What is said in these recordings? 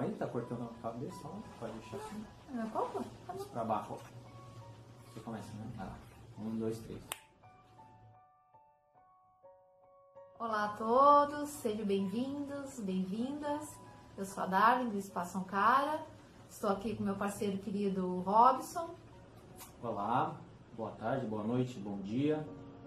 aí, tá cortando a cabeça, ó. Pode deixar assim. Como? Pra baixo, ó. Você começa, né? Vai lá. 1, 2, 3. Olá a todos, sejam bem-vindos, bem-vindas. Eu sou a Darlene do Espaço Ankara. Estou aqui com meu parceiro querido Robson. Olá, boa tarde, boa noite, bom dia.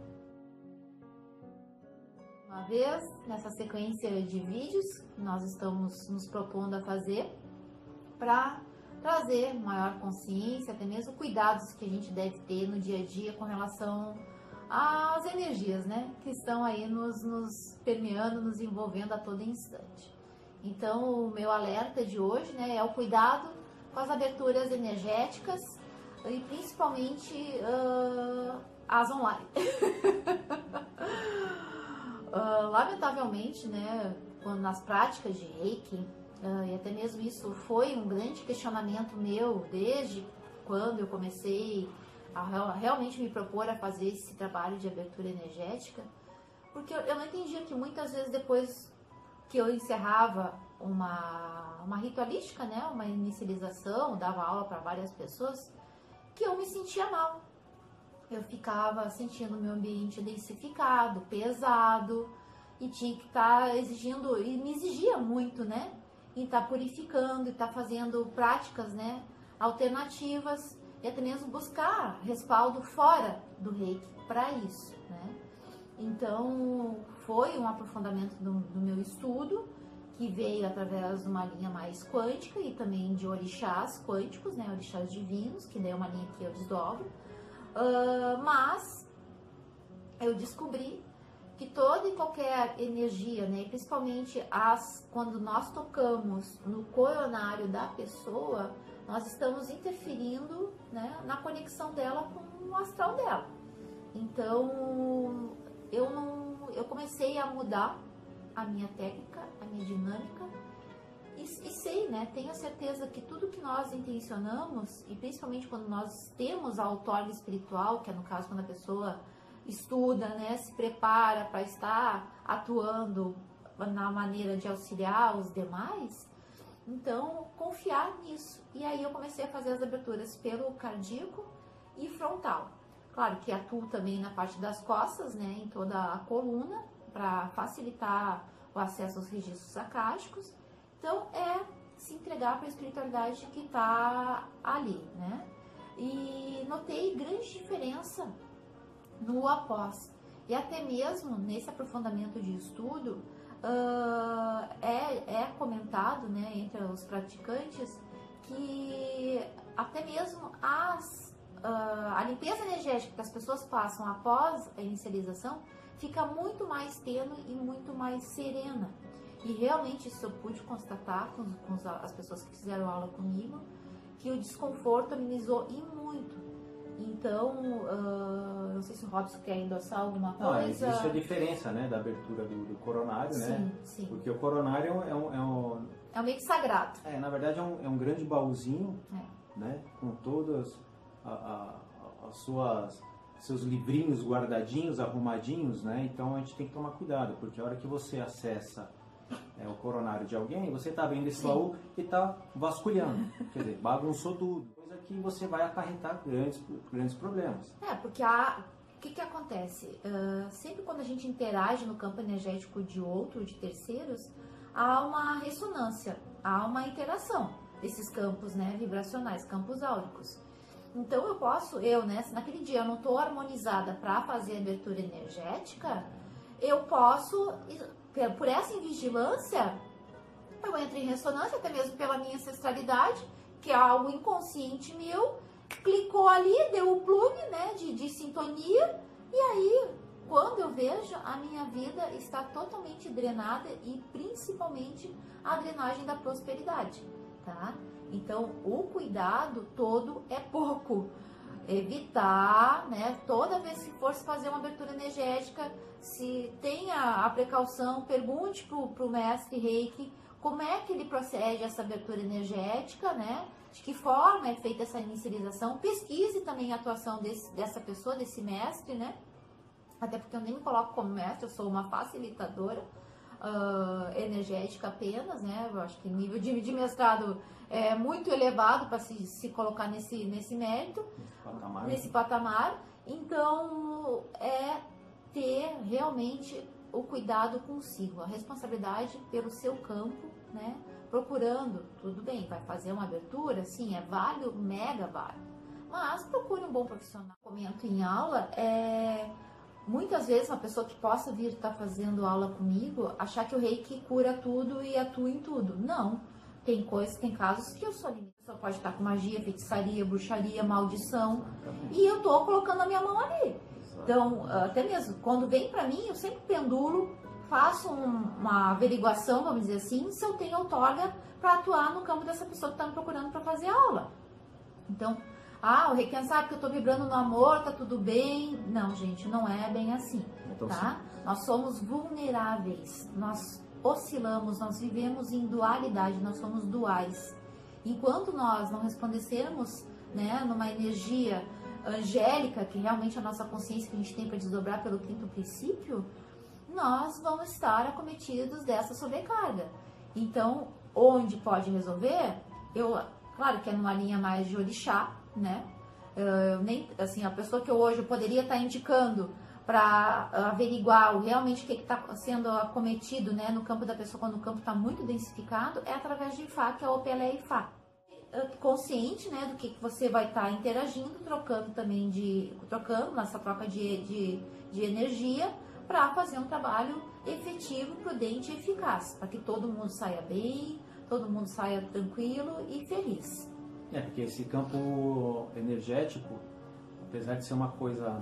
Uma vez, nessa sequência de vídeos que nós estamos nos propondo a fazer para trazer maior consciência, até mesmo cuidados que a gente deve ter no dia a dia com relação às energias, né, que estão aí nos permeando, nos envolvendo a todo instante. Então, o meu alerta de hoje, né, é o cuidado com as aberturas energéticas e principalmente as online. Lamentavelmente, né, quando nas práticas de Reiki, e até mesmo isso foi um grande questionamento meu desde quando eu comecei a realmente me propor a fazer esse trabalho de abertura energética, porque eu não entendia que muitas vezes depois que eu encerrava uma ritualística, né, uma inicialização, dava aula para várias pessoas, que eu me sentia mal. Eu ficava sentindo o meu ambiente densificado, pesado, e tinha que estar exigindo, e me exigia muito, né, em estar purificando, e estar fazendo práticas, né, alternativas, e até mesmo buscar respaldo fora do Reiki para isso, né. Então, foi um aprofundamento do meu estudo, que veio através de uma linha mais quântica e também de orixás quânticos, né, orixás divinos, que daí é uma linha que eu desdobro. Mas eu descobri que toda e qualquer energia, né, principalmente quando nós tocamos no coronário da pessoa, nós estamos interferindo, né, na conexão dela com o astral dela. Então eu comecei a mudar a minha técnica, a minha dinâmica, e sei, né, tenho a certeza que tudo que nós intencionamos, e principalmente quando nós temos a outorga espiritual, que é no caso quando a pessoa estuda, né, se prepara para estar atuando na maneira de auxiliar os demais, então confiar nisso. E aí eu comecei a fazer as aberturas pelo cardíaco e frontal. Claro que atuo também na parte das costas, né, em toda a coluna, para facilitar o acesso aos registros acásticos. Então, é se entregar para a espiritualidade que está ali, né? E notei grande diferença no após. E até mesmo nesse aprofundamento de estudo, é comentado, né, entre os praticantes que até mesmo a limpeza energética que as pessoas passam após a inicialização fica muito mais tênue e muito mais serena. E realmente isso eu pude constatar com as pessoas que fizeram aula comigo, que o desconforto amenizou e muito. Então, não sei se o Robson quer endossar alguma coisa. Não, existe a diferença, né, da abertura do coronário, sim, né? Sim. Porque o coronário é um meio que sagrado. Na verdade é um grande baúzinho, né, com todas seus livrinhos guardadinhos, arrumadinhos, né? Então a gente tem que tomar cuidado, porque a hora que você acessa o coronário de alguém, você está abrindo esse baú e está vasculhando, quer dizer, bagunçou tudo, coisa que você vai acarretar grandes problemas. Porque o que acontece? Sempre quando a gente interage no campo energético de outro, de terceiros, há uma ressonância, há uma interação desses campos, né, vibracionais, campos áuricos. Então né, se naquele dia eu não estou harmonizada para fazer a abertura energética, eu posso, por essa invigilância, eu entro em ressonância, até mesmo pela minha ancestralidade, que é algo inconsciente meu, clicou ali, deu o plug, né, de sintonia, e aí, quando eu vejo, a minha vida está totalmente drenada e principalmente a drenagem da prosperidade, tá? Então, o cuidado todo é pouco. Evitar, né, toda vez que for se fazer uma abertura energética, se tenha a precaução, pergunte para o mestre Reiki como é que ele procede essa abertura energética, né, de que forma é feita essa inicialização, pesquise também a atuação dessa pessoa, desse mestre, né, até porque eu nem me coloco como mestre, eu sou uma facilitadora, energética apenas, né? Eu acho que o nível de mestrado é muito elevado para se colocar nesse mérito, nesse patamar. Então, é ter realmente o cuidado consigo, a responsabilidade pelo seu campo, né? Procurando, tudo bem, vai fazer uma abertura, sim, é válido, mega válido, mas procure um bom profissional. Comento em aula, muitas vezes uma pessoa que possa vir estar fazendo aula comigo, achar que o Reiki cura tudo e atua em tudo. Não, tem casos que eu sou limitada. A pessoa pode estar com magia, feitiçaria, bruxaria, maldição, e eu tô colocando a minha mão ali. Então, até mesmo, quando vem pra mim, eu sempre pendulo, faço uma averiguação, vamos dizer assim, se eu tenho outorga para atuar no campo dessa pessoa que está me procurando para fazer aula. Então, o Reiki sabe que eu estou vibrando no amor, tá tudo bem. Não, gente, não é bem assim, tá? Nós somos vulneráveis, nós oscilamos, nós vivemos em dualidade, nós somos duais. Enquanto nós não resplandecermos, né, numa energia angélica, que realmente é a nossa consciência que a gente tem para desdobrar pelo quinto princípio, nós vamos estar acometidos dessa sobrecarga. Então, onde pode resolver, claro que é numa linha mais de orixá, né? Nem, assim, a pessoa que hoje poderia estar indicando para averiguar realmente o que está sendo acometido, né, no campo da pessoa, quando o campo está muito densificado, é através de Ifá, que é o PLE Ifá. Consciente, né, do que você vai estar interagindo, trocando nessa troca de energia, para fazer um trabalho efetivo, prudente e eficaz, para que todo mundo saia bem, todo mundo saia tranquilo e feliz. Porque esse campo energético, apesar de ser uma coisa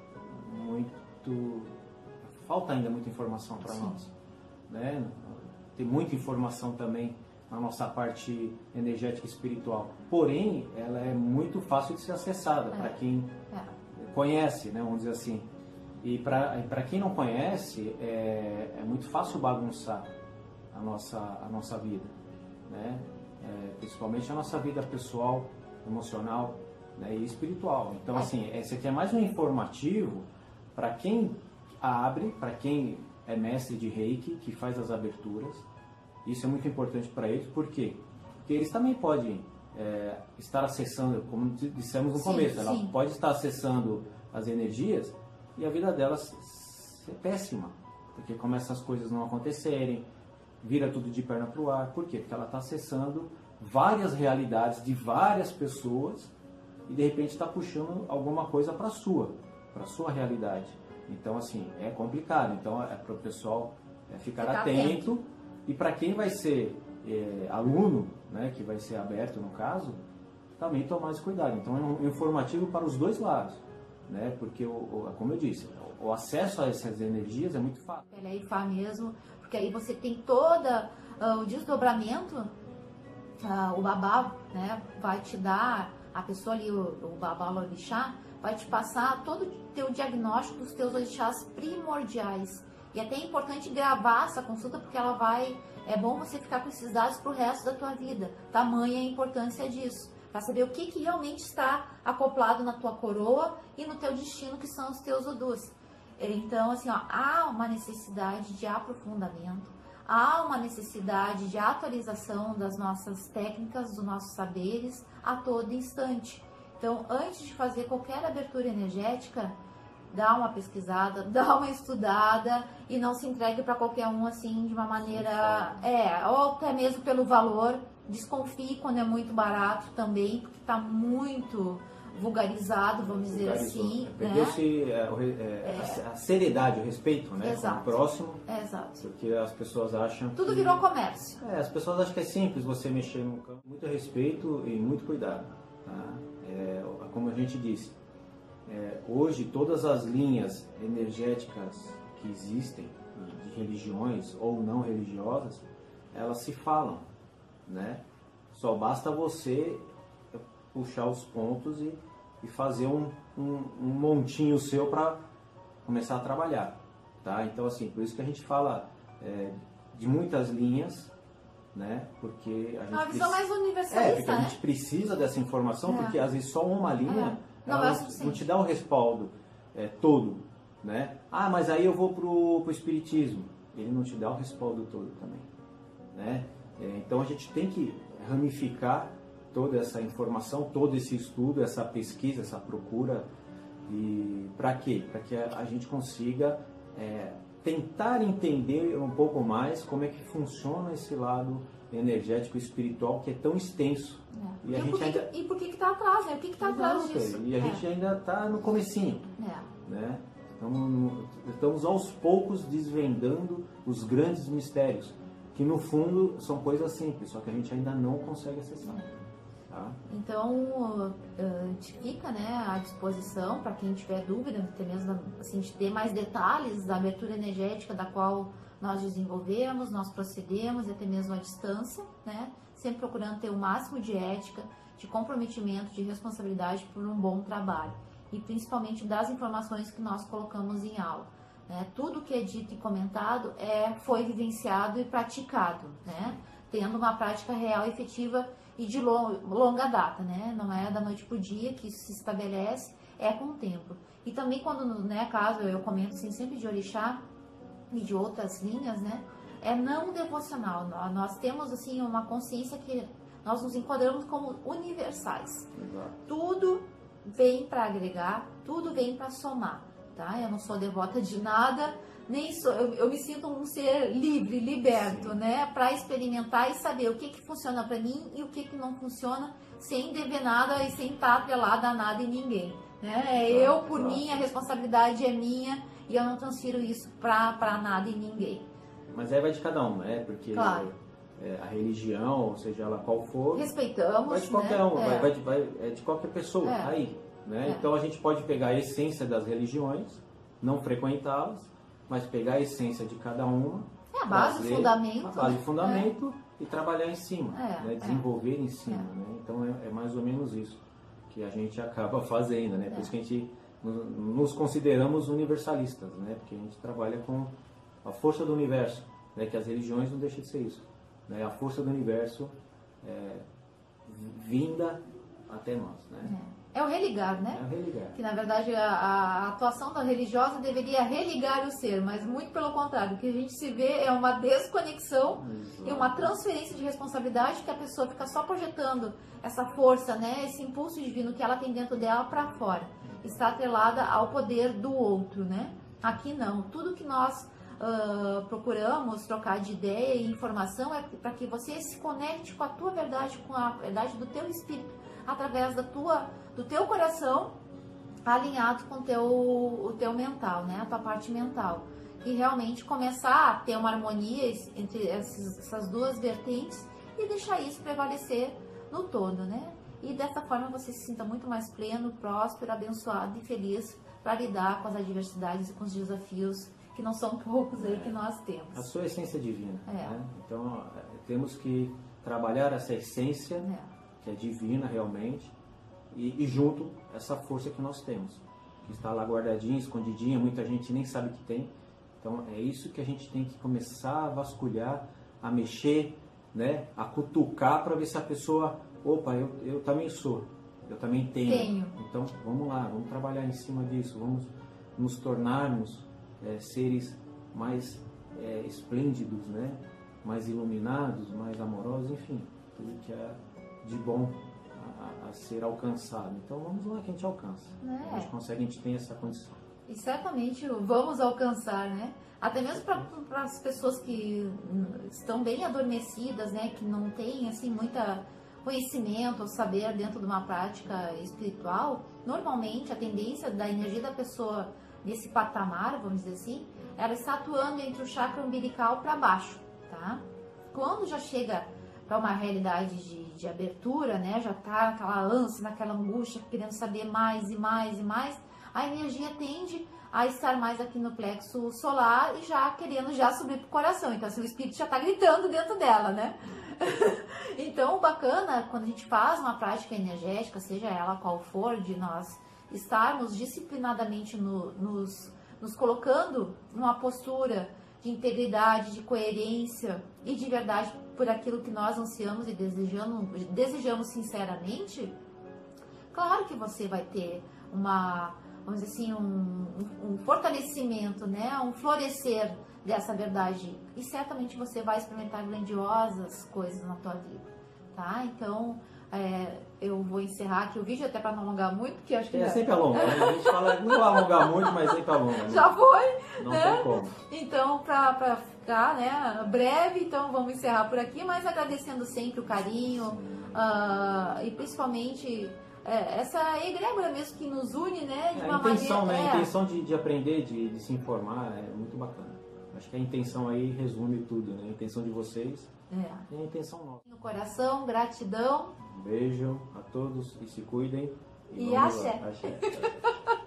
muito... falta ainda muita informação para nós, né? Tem muita informação também na nossa parte energética e espiritual, porém, ela é muito fácil de ser acessada para quem conhece, né? Vamos dizer assim. E para quem não conhece, é muito fácil bagunçar a nossa vida, né? Principalmente a nossa vida pessoal, emocional, né? E espiritual. Então, assim, esse aqui é mais um informativo para quem abre, para quem é mestre de Reiki, que faz as aberturas. Isso é muito importante para eles, por quê? Porque eles também podem estar acessando, como dissemos no começo, ela pode estar acessando as energias e a vida delas é péssima, porque começa as coisas não acontecerem, vira tudo de perna pro ar. Por quê? Porque ela está acessando várias realidades de várias pessoas e de repente está puxando alguma coisa para a sua realidade. Então, assim, é complicado. Então, é para o pessoal ficar atento. E para quem vai ser aluno, né, que vai ser aberto no caso, também tomar esse cuidado. Então, é um informativo para os dois lados. Né? Porque, como eu disse, o acesso a essas energias é muito fácil. É Ifá mesmo, porque aí você tem todo o desdobramento, o babá, né, vai te dar, a pessoa ali, o babá, o orixá, vai te passar todo o teu diagnóstico dos teus orixás primordiais. E até é importante gravar essa consulta, porque é bom você ficar com esses dados para o resto da tua vida. Tamanha a importância disso. Para saber o que realmente está acoplado na tua coroa e no teu destino, que são os teus odus. Então, assim, há uma necessidade de aprofundamento, há uma necessidade de atualização das nossas técnicas, dos nossos saberes a todo instante. Então, antes de fazer qualquer abertura energética, dá uma pesquisada, dá uma estudada e não se entregue para qualquer um assim de uma maneira... ou até mesmo pelo valor. Desconfie quando é muito barato também, porque está muito vulgarizado, vamos dizer assim. Perdeu-se a seriedade, o respeito, né? Exato. Com o próximo. Exato. Porque as pessoas acham Tudo virou comércio. As pessoas acham que é simples você mexer no campo. Muito respeito e muito cuidado. Tá? Como a gente disse, hoje todas as linhas energéticas que existem, de religiões ou não religiosas, elas se falam. Né? Só basta você puxar os pontos e fazer um montinho seu para começar a trabalhar, tá? Então, assim, por isso que a gente fala de muitas linhas, né? Porque a gente uma visão mais universalista, porque a gente precisa dessa informação, porque às vezes só uma linha não te dá o respaldo todo, né? Mas aí eu vou pro espiritismo. ele não te dá o respaldo todo também, né? Então a gente tem que ramificar toda essa informação, todo esse estudo, essa pesquisa, essa procura, e para quê? Para que a gente consiga tentar entender um pouco mais como é que funciona esse lado energético espiritual que é tão extenso. E por que está atrás, né? O que está atrás disso? E a gente ainda está no comecinho, né? Então, estamos aos poucos desvendando os grandes mistérios, que no fundo são coisas simples, só que a gente ainda não consegue acessar. Tá? Então, a gente fica, né, à disposição para quem tiver dúvida, até mesmo assim, de ter mais detalhes da abertura energética da qual nós desenvolvemos, nós procedemos, e até mesmo à distância, né, sempre procurando ter o máximo de ética, de comprometimento, de responsabilidade por um bom trabalho. E principalmente das informações que nós colocamos em aula. Né? Tudo que é dito e comentado foi vivenciado e praticado, né? Tendo uma prática real, efetiva e de longa data. Né? Não é da noite para o dia que isso se estabelece, é com o tempo. E também quando, né, caso eu comento assim, sempre de orixá e de outras linhas, né, é não devocional. Nós temos assim, uma consciência que nós nos enquadramos como universais. Exato. Tudo vem para agregar, tudo vem para somar, tá? Eu não sou devota de nada, nem sou, eu me sinto um ser livre, liberto, né? Para experimentar e saber o que funciona para mim e o que não funciona, sem dever nada e sem estar atrelada a nada e ninguém, né? Eu, por mim, a responsabilidade é minha e eu não transfiro isso para nada e ninguém. Mas aí vai de cada um, né? Porque claro. A religião, ou seja ela qual for, respeitamos, vai de qualquer um, vai de qualquer pessoa, aí, né? Então a gente pode pegar a essência das religiões, não frequentá-las, mas pegar a essência de cada uma, a base, fundamento e trabalhar em cima, né? Desenvolver em cima, né? Então é mais ou menos isso que a gente acaba fazendo, né? Por isso que a gente nos consideramos universalistas, né? Porque a gente trabalha com a força do universo, né? Que as religiões não deixam de ser isso. Né, a força do universo vinda até nós, né? É o religar, né? É o religar. Que na verdade a atuação da religiosa deveria religar o ser, mas muito pelo contrário, o que a gente se vê é uma desconexão. Exato. E uma transferência de responsabilidade, que a pessoa fica só projetando essa força, né? Esse impulso divino que ela tem dentro dela para fora. Está atrelada ao poder do outro, né? Aqui não. Tudo que nós procuramos trocar de ideia e informação é para que você se conecte com a tua verdade, com a verdade do teu espírito, através do teu coração alinhado com o teu mental, né? A tua parte mental. E realmente começar a ter uma harmonia entre essas duas vertentes e deixar isso prevalecer no todo, né? E dessa forma você se sinta muito mais pleno, próspero, abençoado e feliz para lidar com as adversidades e com os desafios que não são poucos aí que nós temos. A sua essência divina. Né? Então, temos que trabalhar essa essência, que é divina realmente, e junto essa força que nós temos, que está lá guardadinha, escondidinha, muita gente nem sabe que tem. Então, é isso que a gente tem que começar a vasculhar, a mexer, né? A cutucar para ver se a pessoa, opa, eu também sou, eu também tenho. Então, vamos lá, vamos trabalhar em cima disso, vamos nos tornarmos seres mais esplêndidos, né? Mais iluminados, mais amorosos, enfim, tudo que é de bom a ser alcançado. Então vamos lá que a gente alcança. A gente consegue, a gente tem essa condição. E certamente vamos alcançar, né? Até mesmo para as pessoas que estão bem adormecidas, né? Que não têm assim muita conhecimento ou saber dentro de uma prática espiritual. Normalmente a tendência da energia da pessoa nesse patamar, vamos dizer assim, ela está atuando entre o chakra umbilical para baixo, tá? Quando já chega para uma realidade de abertura, né? Já tá naquela ânsia, naquela angústia, querendo saber mais e mais e mais, a energia tende a estar mais aqui no plexo solar e já querendo subir pro coração. Então, assim, o espírito já está gritando dentro dela, né? Então, o bacana, quando a gente faz uma prática energética, seja ela qual for, de nós estarmos disciplinadamente nos colocando numa postura de integridade, de coerência e de verdade por aquilo que nós ansiamos e desejamos sinceramente, claro que você vai ter vamos dizer assim, um fortalecimento, né? Um florescer dessa verdade. E certamente você vai experimentar grandiosas coisas na tua vida, tá? Então, eu vou encerrar aqui o vídeo, até para não alongar muito, porque acho que É sempre alonga, né? A gente fala, não vai alongar muito, mas sempre alonga. Né? Já foi, não né? tem como. Então, para ficar, né, breve, então vamos encerrar por aqui, mas agradecendo sempre o carinho, e principalmente essa egrégora mesmo que nos une, né? De uma intenção, maneira, né? A intenção de aprender, de se informar é muito bacana. Acho que a intenção aí resume tudo, né? A intenção de vocês e a intenção nossa. No coração, gratidão. Um beijo a todos e se cuidem. E vamos lá. axé. Axé.